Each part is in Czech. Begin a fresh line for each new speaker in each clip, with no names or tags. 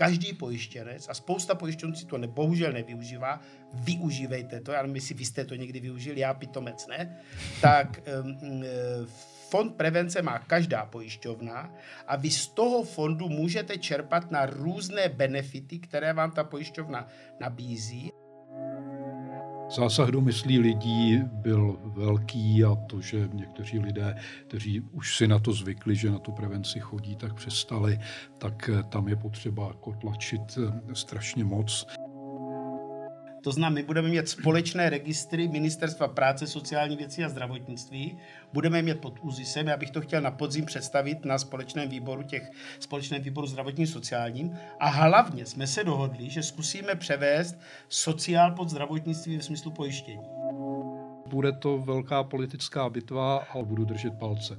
každý pojištěnec, a spousta pojišťovců to bohužel nevyužívá, využívejte to, já nevím, jestli vy jste to někdy využili, já pitomec ne, tak fond prevence má každá pojišťovna a vy z toho fondu můžete čerpat na různé benefity, které vám ta pojišťovna nabízí.
Zásah do myslí lidí byl velký a to, že někteří lidé, kteří už si na to zvykli, že na tu prevenci chodí, tak přestali, tak tam je potřeba jako tlačit strašně moc.
To znamená, my budeme mít společné registry Ministerstva práce, sociální věcí a zdravotnictví. Budeme mít pod ÚZISem, já bych to chtěl na podzim představit na společném výboru zdravotním sociálním. A hlavně jsme se dohodli, že zkusíme převést sociál pod zdravotnictví v smyslu pojištění.
Bude to velká politická bitva a budu držet palce.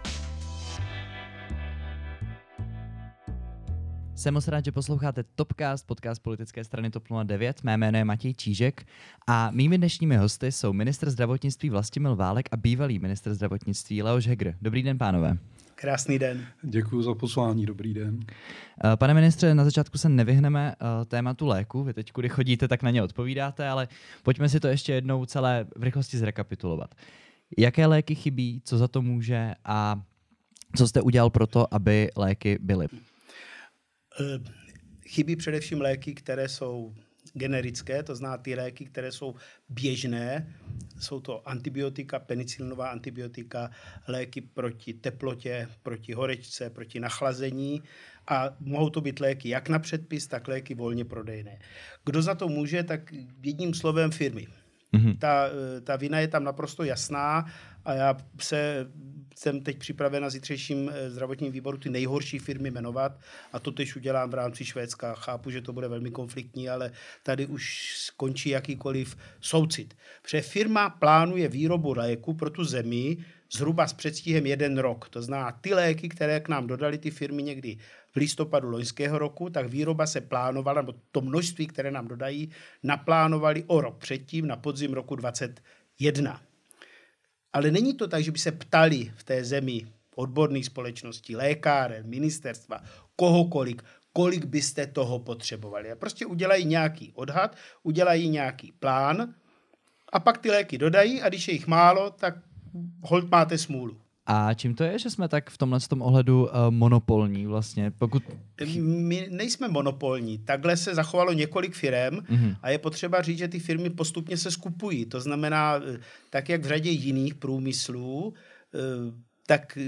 Jsem moc rád, že posloucháte Topcast, podcast politické strany TOP 09. Mé jméno je Matěj Čížek a mými dnešními hosty jsou ministr zdravotnictví Vlastimil Válek a bývalý ministr zdravotnictví Leoš Heger. Dobrý den, pánové.
Krásný den.
Děkuji za pozvání, dobrý den.
Pane ministře, na začátku se nevyhneme tématu léku. Vy teď, kudy chodíte, tak na ně odpovídáte, ale pojďme si to ještě jednou celé v rychlosti zrekapitulovat. Jaké léky chybí, co za to může a co jste udělal pro to, aby léky byly?
Chybí především léky, které jsou generické, to znamená ty léky, které jsou běžné. Jsou to antibiotika, penicilinová antibiotika, léky proti teplotě, proti horečce, proti nachlazení a mohou to být léky jak na předpis, tak léky volně prodejné. Kdo za to může, tak jedním slovem firmy. Ta vina je tam naprosto jasná a já jsem teď připraven na zítřejším zdravotním výboru ty nejhorší firmy jmenovat a to tež udělám v rámci Švédska. Chápu, že to bude velmi konfliktní, ale tady už skončí jakýkoliv soucit. Protože firma plánuje výrobu léku pro tu zemi zhruba s předstihem 1 rok. To znamená, ty léky, které k nám dodali ty firmy někdy v listopadu loňského roku, tak výroba se plánovala, nebo to množství, které nám dodají, naplánovali o rok předtím, na podzim roku 2021. Ale není to tak, že by se ptali v té zemi odborných společností, lékáren, ministerstva, kohokoliv, kolik byste toho potřebovali. A prostě udělají nějaký odhad, udělají nějaký plán a pak ty léky dodají a když je jich málo, tak holt máte smůlu.
A čím to je, že jsme tak v tomhle ohledu monopolní vlastně?
My nejsme monopolní. Takhle se zachovalo několik firem a je potřeba říct, že ty firmy postupně se skupují. To znamená, tak jak v řadě jiných průmyslů, tak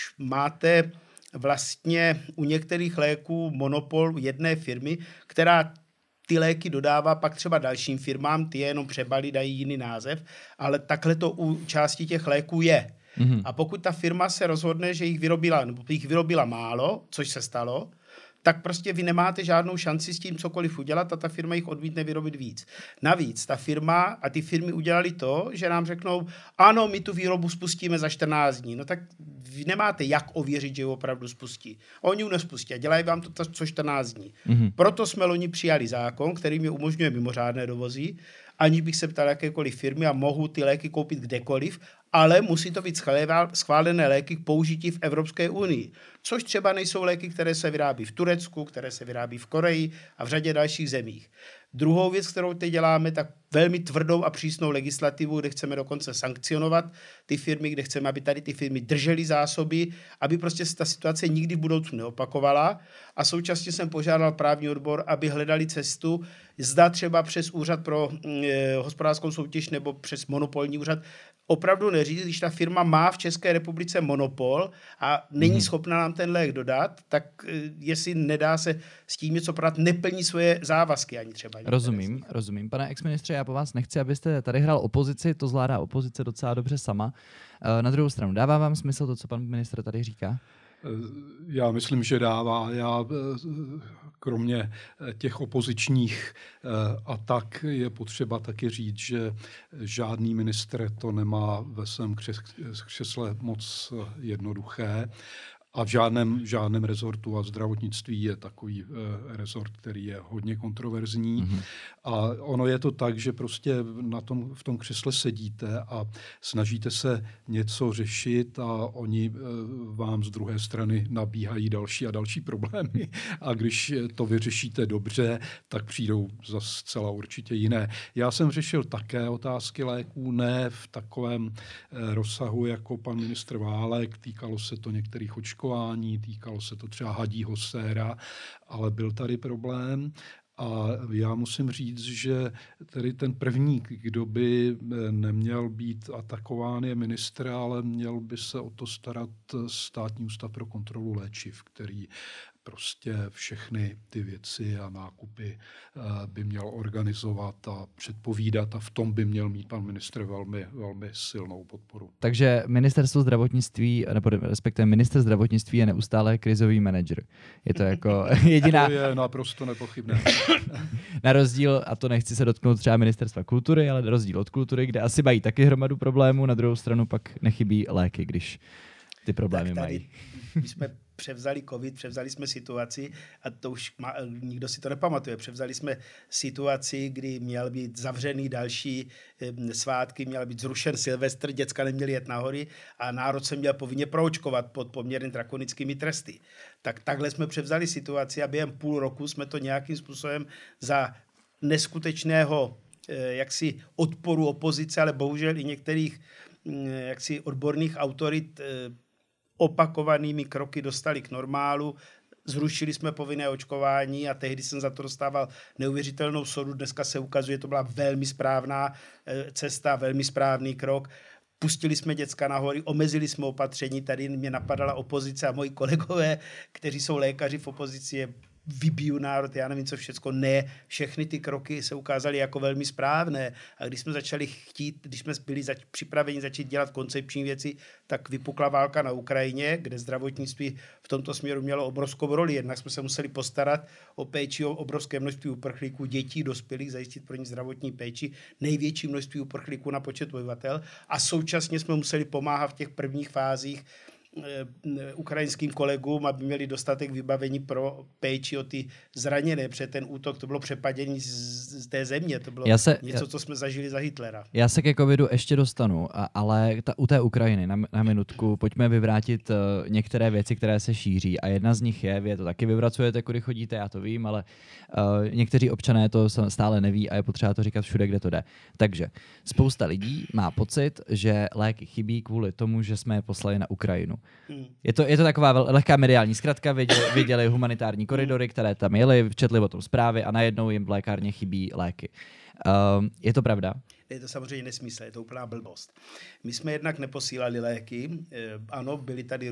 máte vlastně u některých léků monopol jedné firmy, která ty léky dodává pak třeba dalším firmám, ty je jenom přebalí, dají jiný název, ale takhle to u části těch léků je. A pokud ta firma se rozhodne, že jich vyrobila málo, což se stalo, tak prostě vy nemáte žádnou šanci s tím cokoliv udělat a ta firma jich odmítne vyrobit víc. Navíc ta firma a ty firmy udělali to, že nám řeknou, ano, my tu výrobu spustíme za 14 dní. No tak vy nemáte jak ověřit, že ji opravdu spustí. Oni ji nespustí a dělají vám to co 14 dní. Proto jsme loni přijali zákon, který mi umožňuje mimořádné dovozy, aniž bych se ptal jakékoliv firmy a mohu ty léky koupit kdekoliv, ale musí to být schválené léky k použití v Evropské unii. Což třeba nejsou léky, které se vyrábí v Turecku, které se vyrábí v Koreji a v řadě dalších zemích. Druhou věc, kterou teď děláme, tak velmi tvrdou a přísnou legislativu, kde chceme dokonce sankcionovat ty firmy, kde chceme, aby tady ty firmy držely zásoby, aby prostě se ta situace nikdy v budoucnu neopakovala. A současně jsem požádal právní odbor, aby hledali cestu, zda třeba přes úřad pro hospodářskou soutěž nebo přes monopolní úřad, opravdu neříct, když ta firma má v České republice monopol a není schopna nám ten lék dodat, tak jestli nedá se s tím něco podat, neplní svoje závazky ani třeba.
Rozumím. Pane exministře, já po vás nechci, abyste tady hrál opozici, to zvládá opozice docela dobře sama. Na druhou stranu, dává vám smysl to, co pan ministr tady říká?
Já myslím, že dává. Kromě těch opozičních atak je potřeba taky říct, že žádný ministr to nemá ve svém křesle moc jednoduché A v žádném rezortu, a zdravotnictví je takový rezort, který je hodně kontroverzní. A ono je to tak, že prostě v tom křesle sedíte a snažíte se něco řešit a oni vám z druhé strany nabíhají další a další problémy. A když to vyřešíte dobře, tak přijdou zase zcela určitě jiné. Já jsem řešil také otázky léků, ne v takovém rozsahu jako pan ministr Válek. Týkalo se to některých očkování, týkalo se to třeba hadího séra, ale byl tady problém. A já musím říct, že tedy ten první, kdo by neměl být atakován, je ministr, ale měl by se o to starat Státní ústav pro kontrolu léčiv, který prostě všechny ty věci a nákupy by měl organizovat a předpovídat a v tom by měl mít pan ministr velmi, velmi silnou podporu.
Takže ministerstvo zdravotnictví, nebo respektive ministr zdravotnictví je neustále krizový manažer. Je to jako jediná...
To je naprosto nepochybné.
Na rozdíl, a to nechci se dotknout třeba ministerstva kultury, ale rozdíl od kultury, kde asi mají taky hromadu problémů, na druhou stranu pak nechybí léky, když ty problémy mají.
My jsme převzali covid, převzali jsme situaci, a to už nikdo si to nepamatuje, převzali jsme situaci, kdy měl být zavřený další svátky, měl být zrušen Silvestr, děcka neměli jet na hory a národ se měl povinně proočkovat pod poměrně drakonickými tresty. Tak takhle jsme převzali situaci a během půl roku jsme to nějakým způsobem za neskutečného jaksi odporu opozice, ale bohužel i některých jaksi odborných autorit opakovanými kroky dostali k normálu, zrušili jsme povinné očkování a tehdy jsem za to dostával neuvěřitelnou sodu. Dneska se ukazuje, to byla velmi správná cesta, velmi správný krok. Pustili jsme děcka na hory, omezili jsme opatření, tady mě napadala opozice a moji kolegové, kteří jsou lékaři v opozici, vybiju národ, já nevím, co všecko. Ne, všechny ty kroky se ukázaly jako velmi správné. A když jsme začali když jsme byli připraveni začít dělat koncepční věci, tak vypukla válka na Ukrajině, kde zdravotnictví v tomto směru mělo obrovskou roli. Jednak jsme se museli postarat o péči o obrovské množství uprchlíků, dětí, dospělých, zajistit pro ně zdravotní péči, největší množství uprchlíků na počet obyvatel. A současně jsme museli pomáhat v těch prvních fázích ukrajinským kolegům, aby měli dostatek vybavení pro péči o ty zraněné, protože ten útok, to bylo přepadění z té země, to bylo něco, co jsme zažili za Hitlera.
Já se ke covidu ještě dostanu, ale u té Ukrajiny na minutku pojďme vyvrátit některé věci, které se šíří a jedna z nich je, vy to taky vyvracujete, kudy chodíte, já to vím, ale někteří občané to stále neví a je potřeba to říkat všude, kde to jde. Takže spousta lidí má pocit, že léky chybí kvůli tomu, že jsme je poslali na Ukrajinu. Je to taková lehká mediální zkratka, viděli humanitární koridory, které tam jeli, četli o tom zprávy a najednou jim v lékárně chybí léky. Je to pravda?
Je to samozřejmě nesmysl, je to úplná blbost. My jsme jednak neposílali léky, ano, byly tady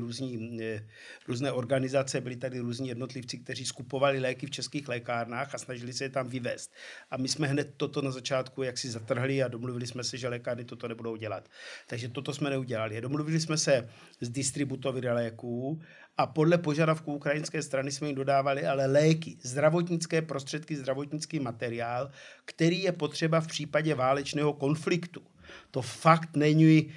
různé organizace, byli tady různí jednotlivci, kteří skupovali léky v českých lékárnách a snažili se je tam vyvést. A my jsme hned toto na začátku jaksi zatrhli a domluvili jsme se, že lékárny toto nebudou dělat. Takže toto jsme neudělali. Domluvili jsme se s distributory léků a podle požadavků ukrajinské strany jsme jim dodávali ale léky, zdravotnické prostředky, zdravotnický materiál, který je potřeba v případě válečného konfliktu. To fakt není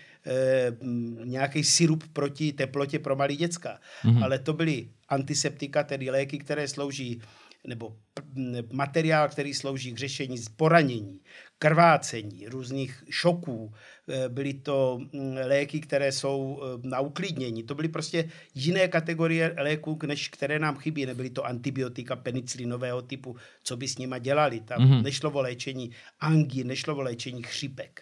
nějaký sirup proti teplotě pro malý děcka, ale to byly antiseptika, tedy léky, které slouží, nebo materiál, který slouží k řešení poranění, krvácení, různých šoků. Byly to léky, které jsou na uklidnění. To byly prostě jiné kategorie léků, než které nám chybí. Nebyly to antibiotika penicilinového typu, co by s nima dělali. Tam nešlo o léčení angín, nešlo o léčení chřipek.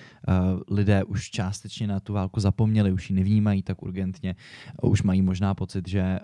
Lidé už částečně na tu válku zapomněli, už ji nevnímají tak urgentně. Už mají možná pocit, že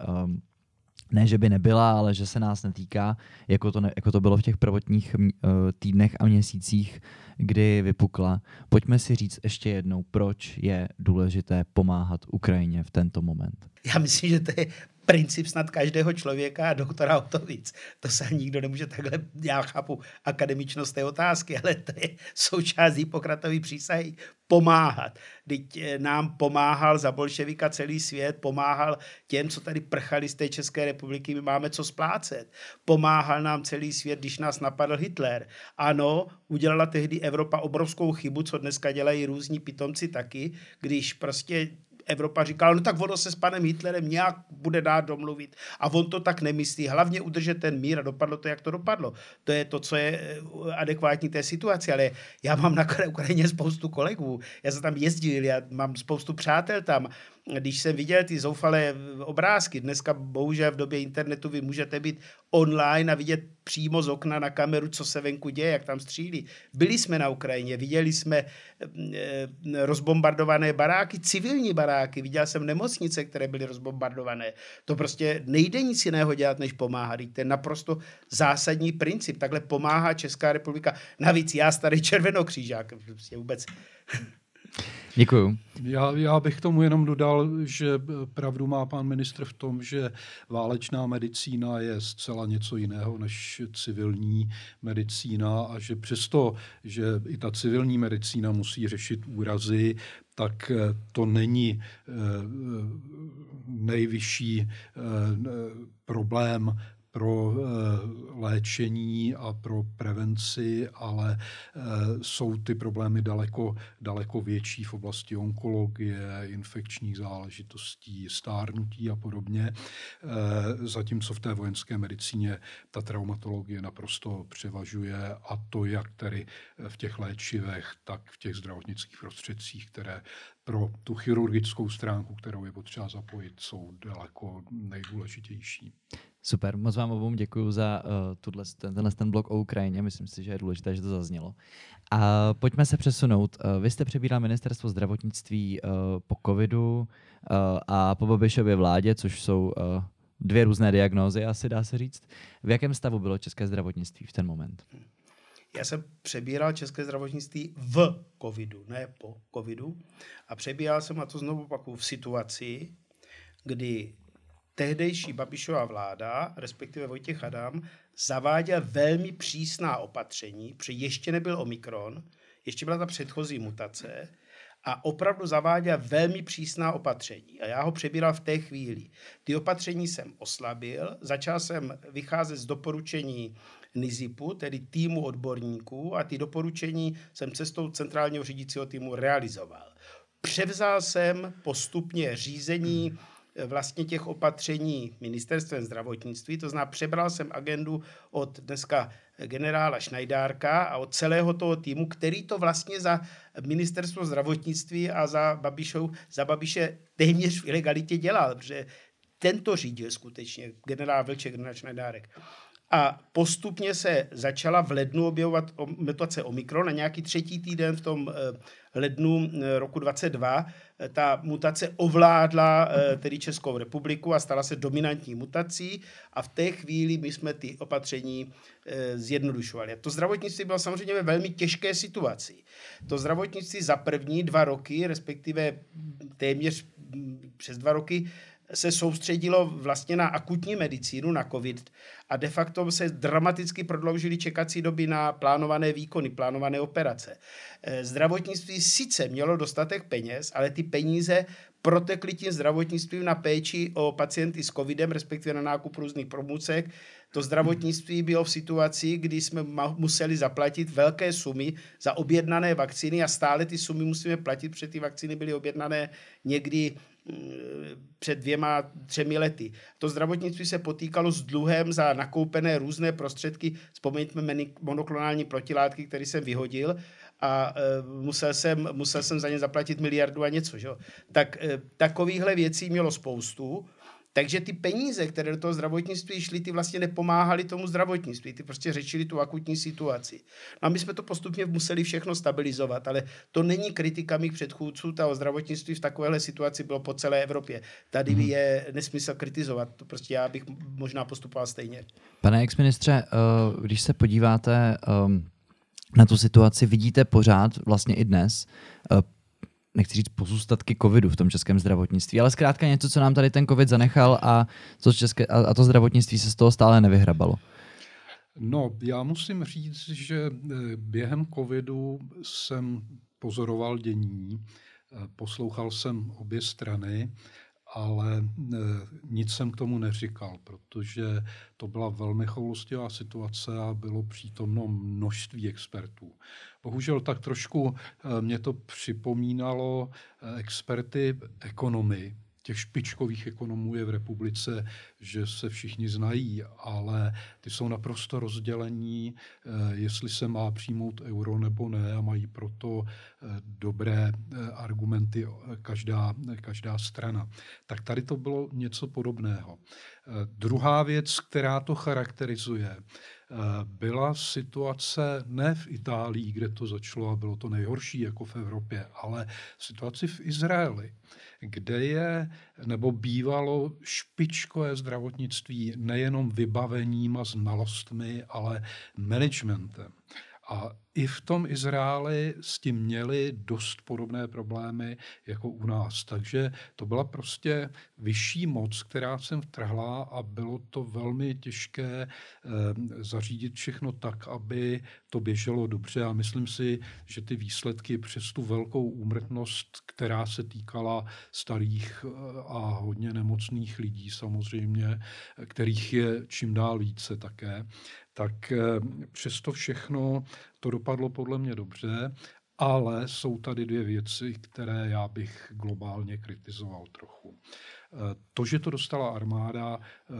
ne, že by nebyla, ale že se nás netýká, jako to bylo v těch prvotních týdnech a měsících, kdy vypukla. Pojďme si říct ještě jednou, proč je důležité pomáhat Ukrajině v tento moment.
Já myslím, že to je princip snad každého člověka a doktora o to víc. To se nikdo nemůže takhle, já chápu akademičnost té otázky, ale to je součást Hippokratovy přísahy pomáhat. Teď nám pomáhal za bolševika celý svět, pomáhal těm, co tady prchali z té České republiky, my máme co splácet. Pomáhal nám celý svět, když nás napadl Hitler. Ano, udělala tehdy Evropa obrovskou chybu, co dneska dělají různí pitomci taky, když prostě Evropa říkala, no tak ono se s panem Hitlerem nějak bude dát domluvit a on to tak nemyslí. Hlavně udržet ten mír a dopadlo to, jak to dopadlo. To je to, co je adekvátní té situaci, ale já mám na Ukrajině spoustu kolegů, já jsem tam jezdil, já mám spoustu přátel tam. Když jsem viděl ty zoufalé obrázky, dneska bohužel v době internetu vy můžete být online a vidět přímo z okna na kameru, co se venku děje, jak tam střílí. Byli jsme na Ukrajině, viděli jsme rozbombardované baráky, civilní baráky, viděl jsem nemocnice, které byly rozbombardované. To prostě nejde nic jiného dělat, než pomáhat. To je naprosto zásadní princip. Takhle pomáhá Česká republika. Navíc já, starý červenokřížák, prostě vůbec...
Děkuju.
Já bych tomu jenom dodal, že pravdu má pan ministr v tom, že válečná medicína je zcela něco jiného než civilní medicína a že přesto, že i ta civilní medicína musí řešit úrazy, tak to není nejvyšší problém pro léčení a pro prevenci, ale jsou ty problémy daleko větší v oblasti onkologie, infekčních záležitostí, stárnutí a podobně. Zatímco v té vojenské medicíně ta traumatologie naprosto převažuje a to jak tedy v těch léčivech, tak v těch zdravotnických prostředcích, které pro tu chirurgickou stránku, kterou je potřeba zapojit, jsou daleko nejdůležitější.
Super, moc vám obou děkuji za ten blog o Ukrajině. Myslím si, že je důležité, že to zaznělo. A pojďme se přesunout. Vy jste přebíral ministerstvo zdravotnictví po covidu a po Babišově vládě, což jsou dvě různé diagnózy, asi dá se říct. V jakém stavu bylo české zdravotnictví v ten moment?
Já jsem přebíral české zdravotnictví v covidu, ne po covidu. A přebíral jsem, a to znovu opakuju, v situaci, kdy tehdejší Babišova vláda, respektive Vojtěch Adam, zaváděl velmi přísná opatření, protože ještě nebyl Omikron, ještě byla ta předchozí mutace a opravdu zaváděl velmi přísná opatření. A já ho přebíral v té chvíli. Ty opatření jsem oslabil, začal jsem vycházet z doporučení NIZIPu, tedy týmu odborníků, a ty doporučení jsem cestou centrálního řídícího týmu realizoval. Převzal jsem postupně řízení vlastně těch opatření ministerstvem zdravotnictví, to znamená, přebral jsem agendu od dneska generála Šnajdárka a od celého toho týmu, který to vlastně za ministerstvo zdravotnictví a za Babiše téměř v ilegalitě dělal, protože ten to řídil skutečně, generál Vlček, generál Šnajdárek. A postupně se začala v lednu objevovat mutace Omikron a nějaký třetí týden v tom lednu roku 2022 ta mutace ovládla tedy Českou republiku a stala se dominantní mutací a v té chvíli my jsme ty opatření zjednodušovali. A to zdravotnictví bylo samozřejmě ve velmi těžké situaci. To zdravotnictví za první 2 roky, respektive téměř přes 2 roky, se soustředilo vlastně na akutní medicínu, na covid a de facto se dramaticky prodloužily čekací doby na plánované výkony, plánované operace. Zdravotnictví sice mělo dostatek peněz, ale ty peníze protekly tím zdravotnictvím na péči o pacienty s covidem, respektive na nákup různých pomůcek. To zdravotnictví bylo v situaci, kdy jsme museli zaplatit velké sumy za objednané vakcíny a stále ty sumy musíme platit, protože ty vakcíny byly objednané někdy před 2-3 lety. To zdravotnictví se potýkalo s dluhem za nakoupené různé prostředky, vzpomeňme monoklonální protilátky, které jsem vyhodil a musel jsem za ně zaplatit 1 miliardu a něco. Že? Tak takovýchhle věcí mělo spoustu. Takže ty peníze, které do toho zdravotnictví šly, ty vlastně nepomáhaly tomu zdravotnictví, ty prostě řešily tu akutní situaci. No a my jsme to postupně museli všechno stabilizovat, ale to není kritika mých předchůdců, ta zdravotnictví v takovéhle situaci bylo po celé Evropě. Tady je nesmysl kritizovat, to prostě já bych možná postupoval stejně.
Pane exministře, když se podíváte na tu situaci, vidíte pořád vlastně i dnes nechci říct pozůstatky covidu v tom českém zdravotnictví, ale zkrátka něco, co nám tady ten covid zanechal a to zdravotnictví se z toho stále nevyhrabalo.
No, já musím říct, že během covidu jsem pozoroval dění, poslouchal jsem obě strany ale nic jsem k tomu neříkal, protože to byla velmi choulostivá situace a bylo přítomno množství expertů. Bohužel tak trošku mě to připomínalo experty ekonomy. Těch špičkových ekonomů je v republice, že se všichni znají, ale ty jsou naprosto rozdělení, jestli se má přijmout euro nebo ne, a mají proto dobré argumenty každá strana. Tak tady to bylo něco podobného. Druhá věc, která to charakterizuje, byla situace ne v Itálii, kde to začalo a bylo to nejhorší jako v Evropě, ale situaci v Izraeli, kde je nebo bývalo špičkové zdravotnictví nejenom vybavením a znalostmi, ale managementem. A i v tom Izraeli s tím měli dost podobné problémy jako u nás. Takže to byla prostě vyšší moc, která sem vtrhla a bylo to velmi těžké zařídit všechno tak, aby to běželo dobře. A myslím si, že ty výsledky přes tu velkou úmrtnost, která se týkala starých a hodně nemocných lidí samozřejmě, kterých je čím dál více také, tak přesto všechno to dopadlo podle mě dobře, ale jsou tady dvě věci, které já bych globálně kritizoval trochu. To, že to dostala armáda,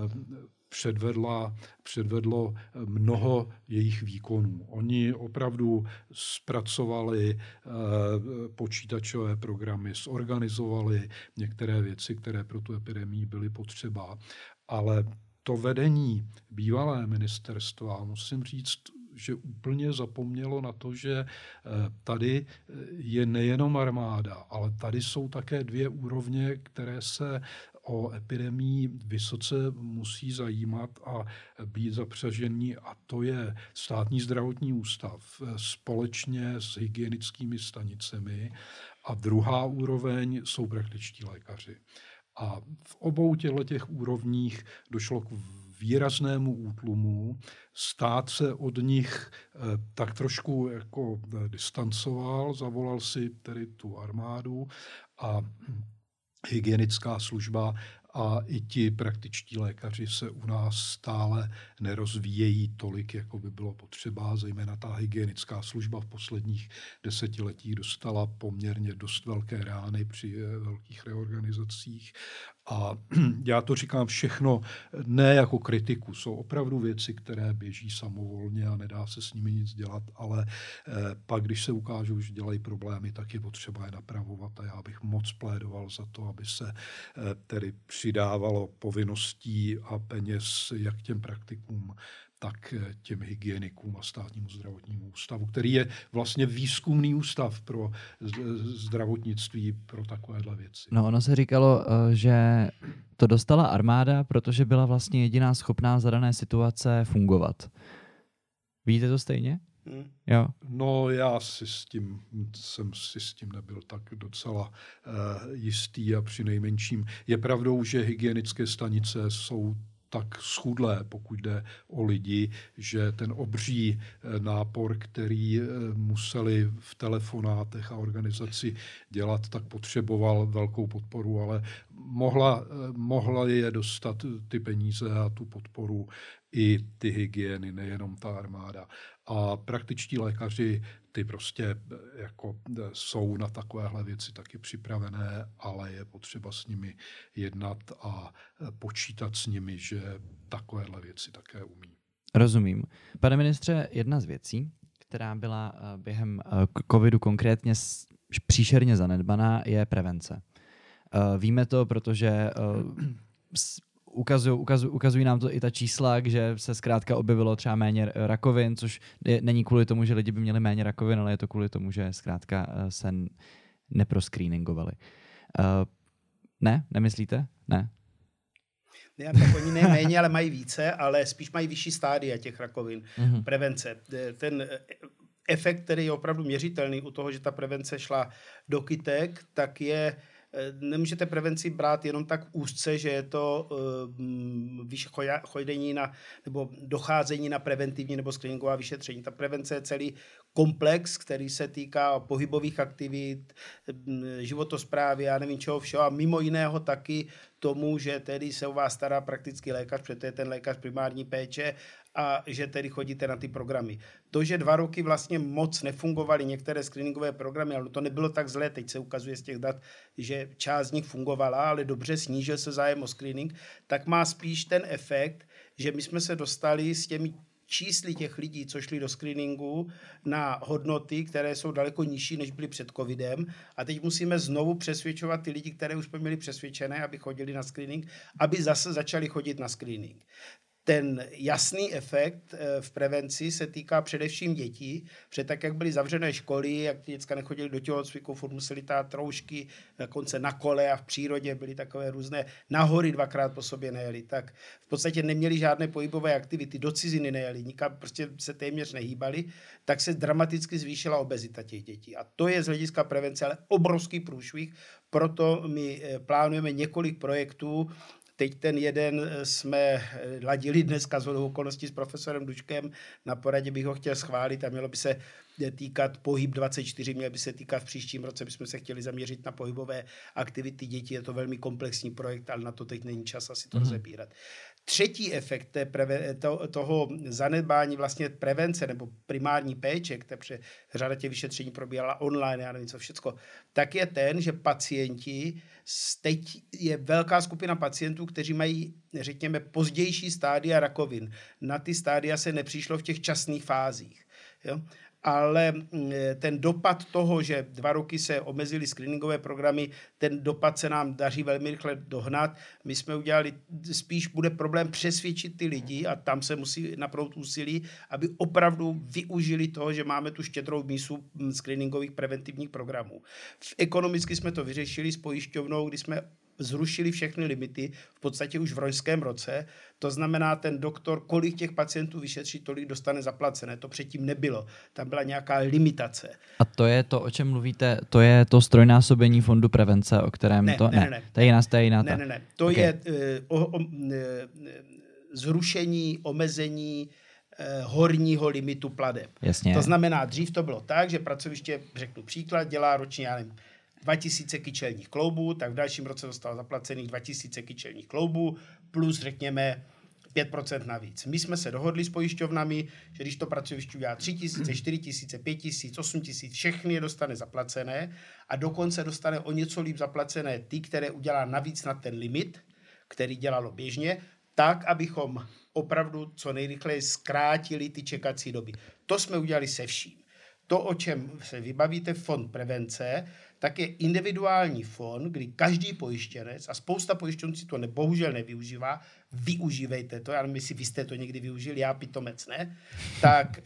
předvedlo mnoho jejich výkonů. Oni opravdu zpracovali počítačové programy, zorganizovali některé věci, které pro tu epidemii byly potřeba, ale to vedení bývalé ministerstva, musím říct, že úplně zapomnělo na to, že tady je nejenom armáda, ale tady jsou také dvě úrovně, které se o epidemii vysoce musí zajímat a být zapřažení, a to je Státní zdravotní ústav společně s hygienickými stanicemi a druhá úroveň jsou praktičtí lékaři. A v obou těch úrovních došlo k výraznému útlumu. Stát se od nich tak trošku jako distancoval, zavolal si tedy tu armádu a hygienická služba a i ti praktičtí lékaři se u nás stále nerozvíjejí tolik, jako by bylo potřeba. Zejména ta hygienická služba v posledních desetiletích dostala poměrně dost velké rány při velkých reorganizacích. A já to říkám všechno ne jako kritiku. Jsou opravdu věci, které běží samovolně a nedá se s nimi nic dělat, ale pak, když se ukážou, že dělají problémy, tak je potřeba je napravovat a já bych moc plédoval za to, aby se tedy přidávalo povinností a peněz jak těm praktikům, tak těm hygienikům a Státnímu zdravotnímu ústavu, který je vlastně výzkumný ústav pro zdravotnictví, pro takovéhle věci.
No, ono se říkalo, že to dostala armáda, protože byla vlastně jediná schopná za dané situace fungovat. Vidíte to stejně? Jo.
No, jsem si s tím nebyl tak docela jistý a přinejmenším. Je pravdou, že hygienické stanice jsou tak schudlé, pokud jde o lidi, že ten obří nápor, který museli v telefonátech a organizaci dělat, tak potřeboval velkou podporu, ale mohla je dostat ty peníze a tu podporu i ty hygieny, nejenom ta armáda. A praktičtí lékaři, ty prostě jako jsou na takovéhle věci taky připravené, ale je potřeba s nimi jednat a počítat s nimi, že takovéhle věci také umí.
Rozumím. Pane ministře, jedna z věcí, která byla během covidu konkrétně příšerně zanedbaná, je prevence. Víme to, protože ukazují nám to i ta čísla, že se zkrátka objevilo třeba méně rakovin, což není kvůli tomu, že lidi by měli méně rakovin, ale je to kvůli tomu, že zkrátka se neproscreeningovali. Ne? Nemyslíte? Ne?
Ne, tak oni ne méně, ale mají více, ale spíš mají vyšší stádia těch rakovin. Prevence. Ten efekt, který je opravdu měřitelný u toho, že ta prevence šla do kytek, tak je Nemůžete prevenci brát jenom tak úzce, že je to chodení nebo docházení na preventivní nebo screeningová vyšetření. Ta prevence je celý komplex, který se týká pohybových aktivit, životosprávy a nevím čeho všeho a mimo jiného taky tomu, že tedy se o vás stará prakticky lékař, protože to je ten lékař primární péče a že tedy chodíte na ty programy. To, že 2 roky vlastně moc nefungovaly některé screeningové programy, ale to nebylo tak zlé, teď se ukazuje z těch dat, že část z nich fungovala, ale dobře, snížil se zájem o screening, tak má spíš ten efekt, že my jsme se dostali s těmi čísly těch lidí, co šli do screeningu, na hodnoty, které jsou daleko nižší, než byly před covidem. A teď musíme znovu přesvědčovat ty lidi, které už jsme měli přesvědčené, aby chodili na screening, aby zase začali chodit na screening. Ten jasný efekt v prevenci se týká především dětí, protože tak, jak byly zavřené školy, jak ty děcka nechodili do tělocviku, furt museli tát roušky, dokonce na kole a v přírodě byly takové různé nahory 2krát po sobě nejeli, tak v podstatě neměli žádné pohybové aktivity, do ciziny nejeli, nikam prostě se téměř nehýbali, tak se dramaticky zvýšila obezita těch dětí. A to je z hlediska prevence ale obrovský průšvih, proto my plánujeme několik projektů. Teď ten jeden jsme ladili dneska z okolností s profesorem Dučkem, na poradě bych ho chtěl schválit a mělo by se týkat Pohyb 24, měl by se týkat v příštím roce, bychom se chtěli zaměřit na pohybové aktivity dětí, je to velmi komplexní projekt, ale na to teď není čas asi to rozebírat. Třetí efekt toho zanedbání vlastně prevence nebo primární péče, protože řada těch vyšetření probíhala online, já nevím co všecko, tak je ten, že pacienti, teď je velká skupina pacientů, kteří mají, řekněme, pozdější stádia rakovin. Na ty stádia se nepřišlo v těch časných fázích. Jo? Ale ten dopad toho, že 2 roky se omezily screeningové programy, ten dopad se nám daří velmi rychle dohnat. My jsme udělali, spíš bude problém přesvědčit ty lidi a tam se musí naprout úsilí, aby opravdu využili toho, že máme tu štědrou mísu screeningových preventivních programů. Ekonomicky jsme to vyřešili s pojišťovnou, kdy jsme zrušili všechny limity v podstatě už v loňském roce. To znamená, ten doktor, kolik těch pacientů vyšetří, tolik dostane zaplacené. To předtím nebylo. Tam byla nějaká limitace.
A to je to, o čem mluvíte, to je to strojnásobení fondu prevence, o kterém
ne.
To je jiná.
Ne. To okay. Je zrušení, omezení horního limitu plateb.
Jasně.
To znamená, dřív to bylo tak, že pracoviště, řeknu příklad, dělá ročně, já nevím, 2000 kyčelních kloubů, tak v dalším roce dostal zaplacených 2000 kyčelních kloubů plus, řekněme, 5% navíc. My jsme se dohodli s pojišťovnami, že když to pracoviště udělá 3000, 4000, 5000, 8000, všechny je dostane zaplacené a dokonce dostane o něco líp zaplacené ty, které udělá navíc na ten limit, který dělalo běžně, tak, abychom opravdu co nejrychleji zkrátili ty čekací doby. To jsme udělali se vším. To, o čem se vybavíte fond prevence, tak je individuální fond, kdy každý pojištěnec, a spousta pojišťovníků to bohužel nevyužívá, využívejte to, já nevím, jestli vy jste to někdy využili, já pitomec ne, tak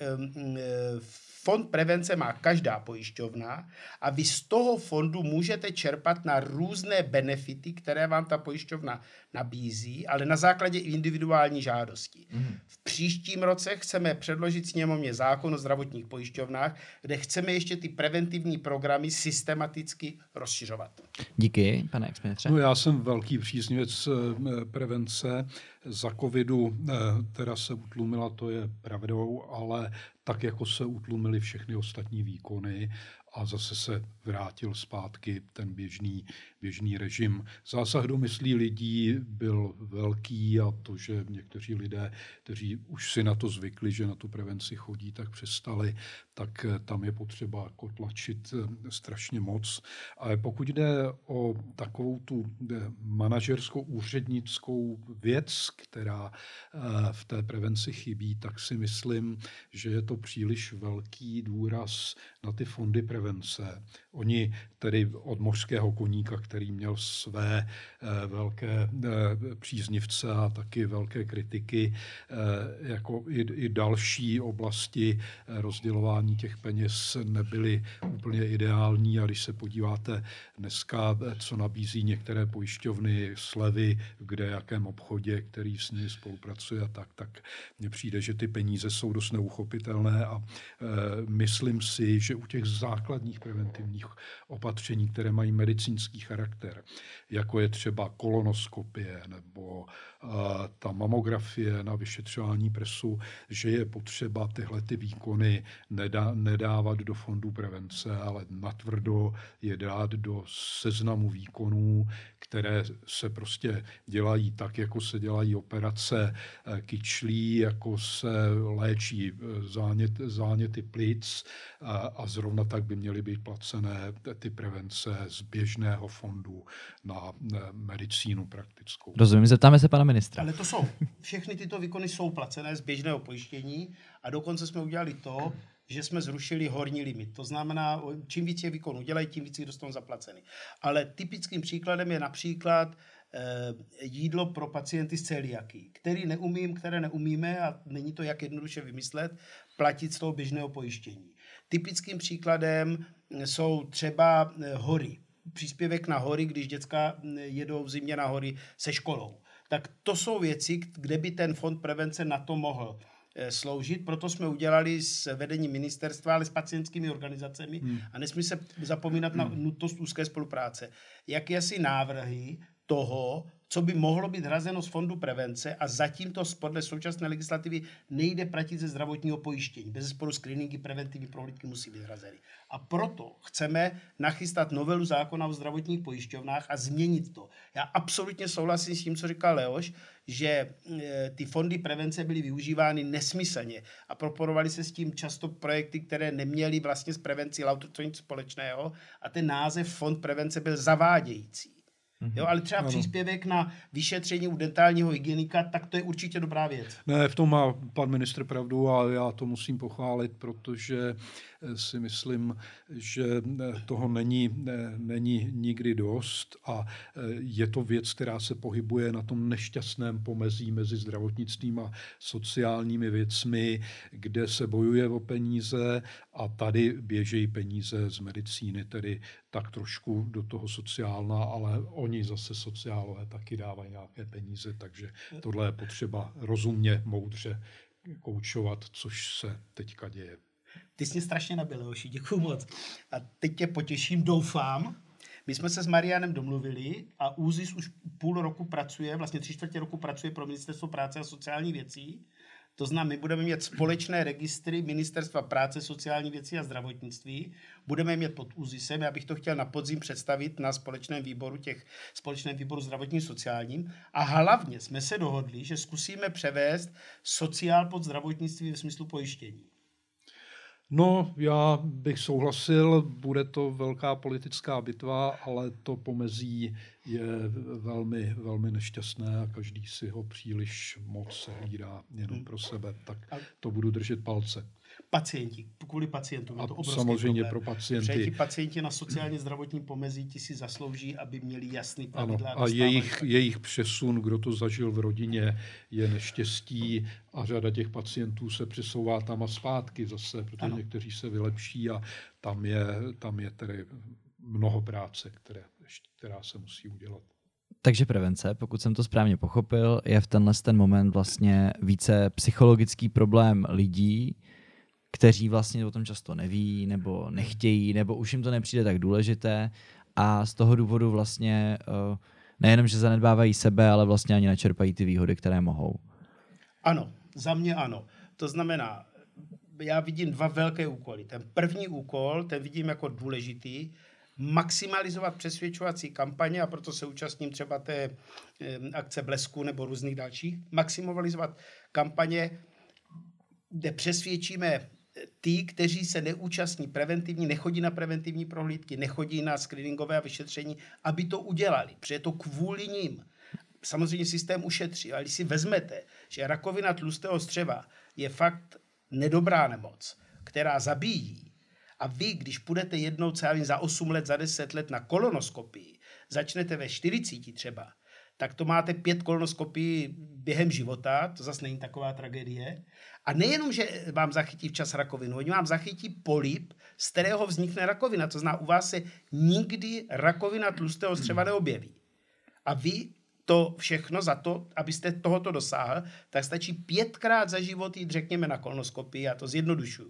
fond prevence má každá pojišťovna a vy z toho fondu můžete čerpat na různé benefity, které vám ta pojišťovna nabízí, ale na základě individuální žádosti. V příštím roce chceme předložit sněmovně zákon o zdravotních pojišťovnách, kde chceme ještě ty preventivní programy systematicky rozšiřovat.
Díky, pane exministře.
No, já jsem velký příznivec prevence. Za covidu teda se utlumila, to je pravdou, ale tak, jako se utlumily všechny ostatní výkony a zase se vrátil zpátky ten běžný režim. Zásah do myslí lidí byl velký a to, že někteří lidé, kteří už si na to zvykli, že na tu prevenci chodí, tak přestali, tak tam je potřeba jako tlačit strašně moc. Ale pokud jde o takovou tu manažerskou úřednickou věc, která v té prevenci chybí, tak si myslím, že je to příliš velký důraz na ty fondy prevence. Oni tedy od mořského koníka, který měl své velké příznivce a taky velké kritiky, jako i další oblasti rozdělování těch peněz nebyly úplně ideální. A když se podíváte dneska, co nabízí některé pojišťovny, slevy, kde jakém obchodě, který s ní spolupracuje a tak mně přijde, že ty peníze jsou dost neuchopitelné a myslím si, že u těch základních preventivních opatření, které mají medicínský charakter, jako je třeba kolonoskopie nebo ta mamografie na vyšetřování prsu, že je potřeba tyhle ty výkony nedávat do fondů prevence, ale natvrdo je dát do seznamu výkonů, které se prostě dělají tak, jako se dělají operace kyčlí, jako se léčí záněty plic a zrovna tak by měly být placené ty prevence z běžného fondu na medicínu praktickou.
Rozumím, zeptáme se pana ministra.
Ale to všechny tyto výkony jsou placené z běžného pojištění a dokonce jsme udělali to, že jsme zrušili horní limit. To znamená, čím víc je výkonů dělají, tím víc jich dostanou zaplaceny. Ale typickým příkladem je například jídlo pro pacienty s celiakií, které neumíme, a není to jak jednoduše vymyslet, platit z toho běžného pojištění. Typickým příkladem jsou třeba hory. Příspěvek na hory, když děcka jedou v zimě na hory se školou. Tak to jsou věci, kde by ten fond prevence na to mohl sloužit, proto jsme udělali s vedením ministerstva, ale s pacientskými organizacemi a nesmí se zapomínat na nutnost úzké spolupráce. Jaké návrhy toho, co by mohlo být hrazeno z fondu prevence a zatím to podle současné legislativy nejde platit ze zdravotního pojištění. Bezesporu screeningy, preventivní prohlídky musí být hrazeny. A proto chceme nachystat novelu zákona o zdravotních pojišťovnách a změnit to. Já absolutně souhlasím s tím, co říkal Leoš, že ty fondy prevence byly využívány nesmyslně a proponovaly se s tím často projekty, které neměly vlastně s prevencí nic společného a ten název fond prevence byl zavádějící. Jo, ale třeba příspěvek na vyšetření u dentálního hygienika, tak to je určitě dobrá věc.
Ne, v tom má pan ministr pravdu a já to musím pochválit, protože si myslím, že toho není nikdy dost a je to věc, která se pohybuje na tom nešťastném pomezí mezi zdravotnictvím a sociálními věcmi, kde se bojuje o peníze a tady běžejí peníze z medicíny, tedy tak trošku do toho sociálna, ale oni zase sociálové taky dávají nějaké peníze, takže tohle je potřeba rozumně, moudře koučovat, což se teďka děje.
Ty jsi mě strašně nabil, Leoši, děkuju moc. A teď tě potěším, doufám. My jsme se s Marianem domluvili a ÚZIS už půl roku pracuje, vlastně 3/4 roku pracuje pro Ministerstvo práce a sociální věcí. To znamená, my budeme mít společné registry Ministerstva práce, sociální věcí a zdravotnictví. Budeme mít pod ÚZISem, já bych to chtěl na podzim představit na společném výboru zdravotním sociálním. A hlavně jsme se dohodli, že zkusíme převést sociál pod zdravotnictví v smyslu pojištění.
No, já bych souhlasil, bude to velká politická bitva, ale to pomezí je velmi, velmi nešťastné a každý si ho příliš moc hlídá jenom pro sebe, tak to budu držet palce.
Pacienti, kvůli pacientům je to obrovský
samozřejmě
problém.
pro pacienty.
Protože ti pacienti na sociálně zdravotním pomezí ti si zaslouží, aby měli jasný pravidla.
Ano, a jejich přesun, kdo to zažil v rodině, je neštěstí a řada těch pacientů se přesouvá tam a zpátky zase, protože někteří se vylepší a tam je tedy mnoho práce, která se musí udělat.
Takže prevence, pokud jsem to správně pochopil, je v ten moment vlastně více psychologický problém lidí, kteří vlastně o tom často neví, nebo nechtějí, nebo už jim to nepřijde tak důležité a z toho důvodu vlastně nejenom, že zanedbávají sebe, ale vlastně ani nečerpají ty výhody, které mohou.
Ano, za mě ano. To znamená, já vidím 2 velké úkoly. Ten první úkol, ten vidím jako důležitý, maximalizovat přesvědčovací kampaně, a proto se účastním třeba té akce Blesku nebo různých dalších, maximalizovat kampaně, kde přesvědčíme ty, kteří se neúčastní preventivní, nechodí na preventivní prohlídky, nechodí na screeningové vyšetření, aby to udělali, protože je to kvůli nim. Samozřejmě systém ušetří, ale když si vezmete, že rakovina tlustého střeva je fakt nedobrá nemoc, která zabíjí, a vy, když půjdete jednou za 8 let, za 10 let na kolonoskopii, začnete ve 40 třeba, tak to máte 5 kolonoskopií během života, to zase není taková tragédie. A nejenom, že vám zachytí včas rakovinu, oni vám zachytí polyp, z kterého vznikne rakovina. To znamená, u vás se nikdy rakovina tlustého střeva neobjeví. A vy to všechno za to, abyste tohoto dosáhl, tak stačí 5krát za život jít, řekněme, na kolonoskopii, já to zjednodušuju.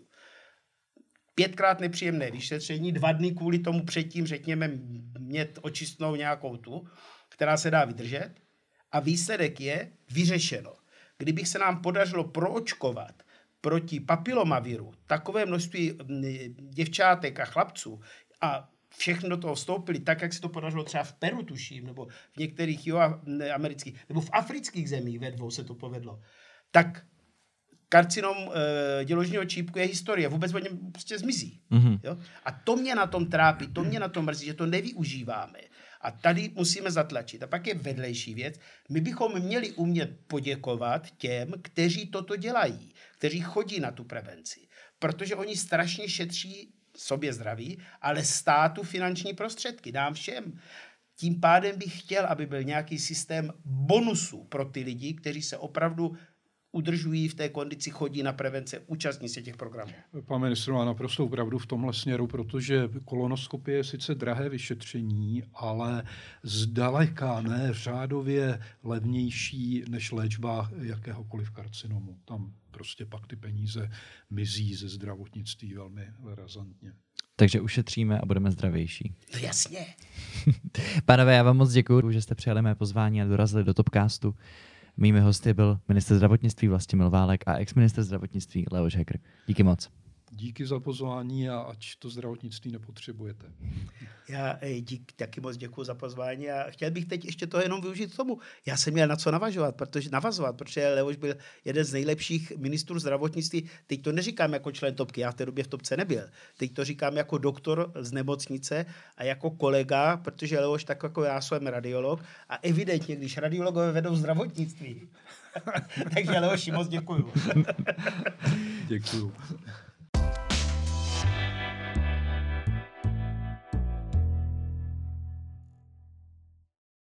5krát nepříjemné vyšetření, 2 dny kvůli tomu předtím, řekněme, mít očistnou nějakou tu, která se dá vydržet a výsledek je vyřešeno. Kdybych se nám podařilo proočkovat proti papilomaviru takové množství děvčátek a chlapců a všechno do toho vstoupili, tak, jak se to podařilo třeba v Peru, tuším, nebo v některých amerických, nebo v afrických zemích ve 2 se to povedlo, tak karcinom děložního čípku je historie, vůbec o něm prostě zmizí. Mm-hmm. Jo? A to mě na tom trápí, to mě na tom mrzí, že to nevyužíváme. A tady musíme zatlačit. A pak je vedlejší věc. My bychom měli umět poděkovat těm, kteří toto dělají, kteří chodí na tu prevenci. Protože oni strašně šetří sobě zdraví, ale státu finanční prostředky, nám všem. Tím pádem bych chtěl, aby byl nějaký systém bonusů pro ty lidi, kteří se opravdu udržují v té kondici, chodí na prevence, účastní se těch programů.
Pan ministr má naprostou pravdu v tomhle směru, protože kolonoskopie je sice drahé vyšetření, ale zdaleka ne řádově levnější než léčba jakéhokoliv karcinomu. Tam prostě pak ty peníze mizí ze zdravotnictví velmi razantně.
Takže ušetříme a budeme zdravější.
No jasně.
Pánové, já vám moc děkuji, že jste přijali mé pozvání a dorazili do Topcastu. Mými hosty byl ministr zdravotnictví Vlastimil Válek a ex-ministr zdravotnictví Leoš Heger. Díky moc.
Díky za pozvání a ať to zdravotnictví nepotřebujete.
Já taky moc děkuji za pozvání a chtěl bych teď ještě to jenom využít k tomu. Já jsem měl na co navazovat, protože Leoš byl jeden z nejlepších ministrů zdravotnictví. Teď to neříkám jako člen Topky, já v té době v Topce nebyl. Teď to říkám jako doktor z nemocnice a jako kolega, protože Leoš tak jako já jsem radiolog a evidentně, když radiologové vedou zdravotnictví. Takže Leoši, moc děkuju.
Děkuju.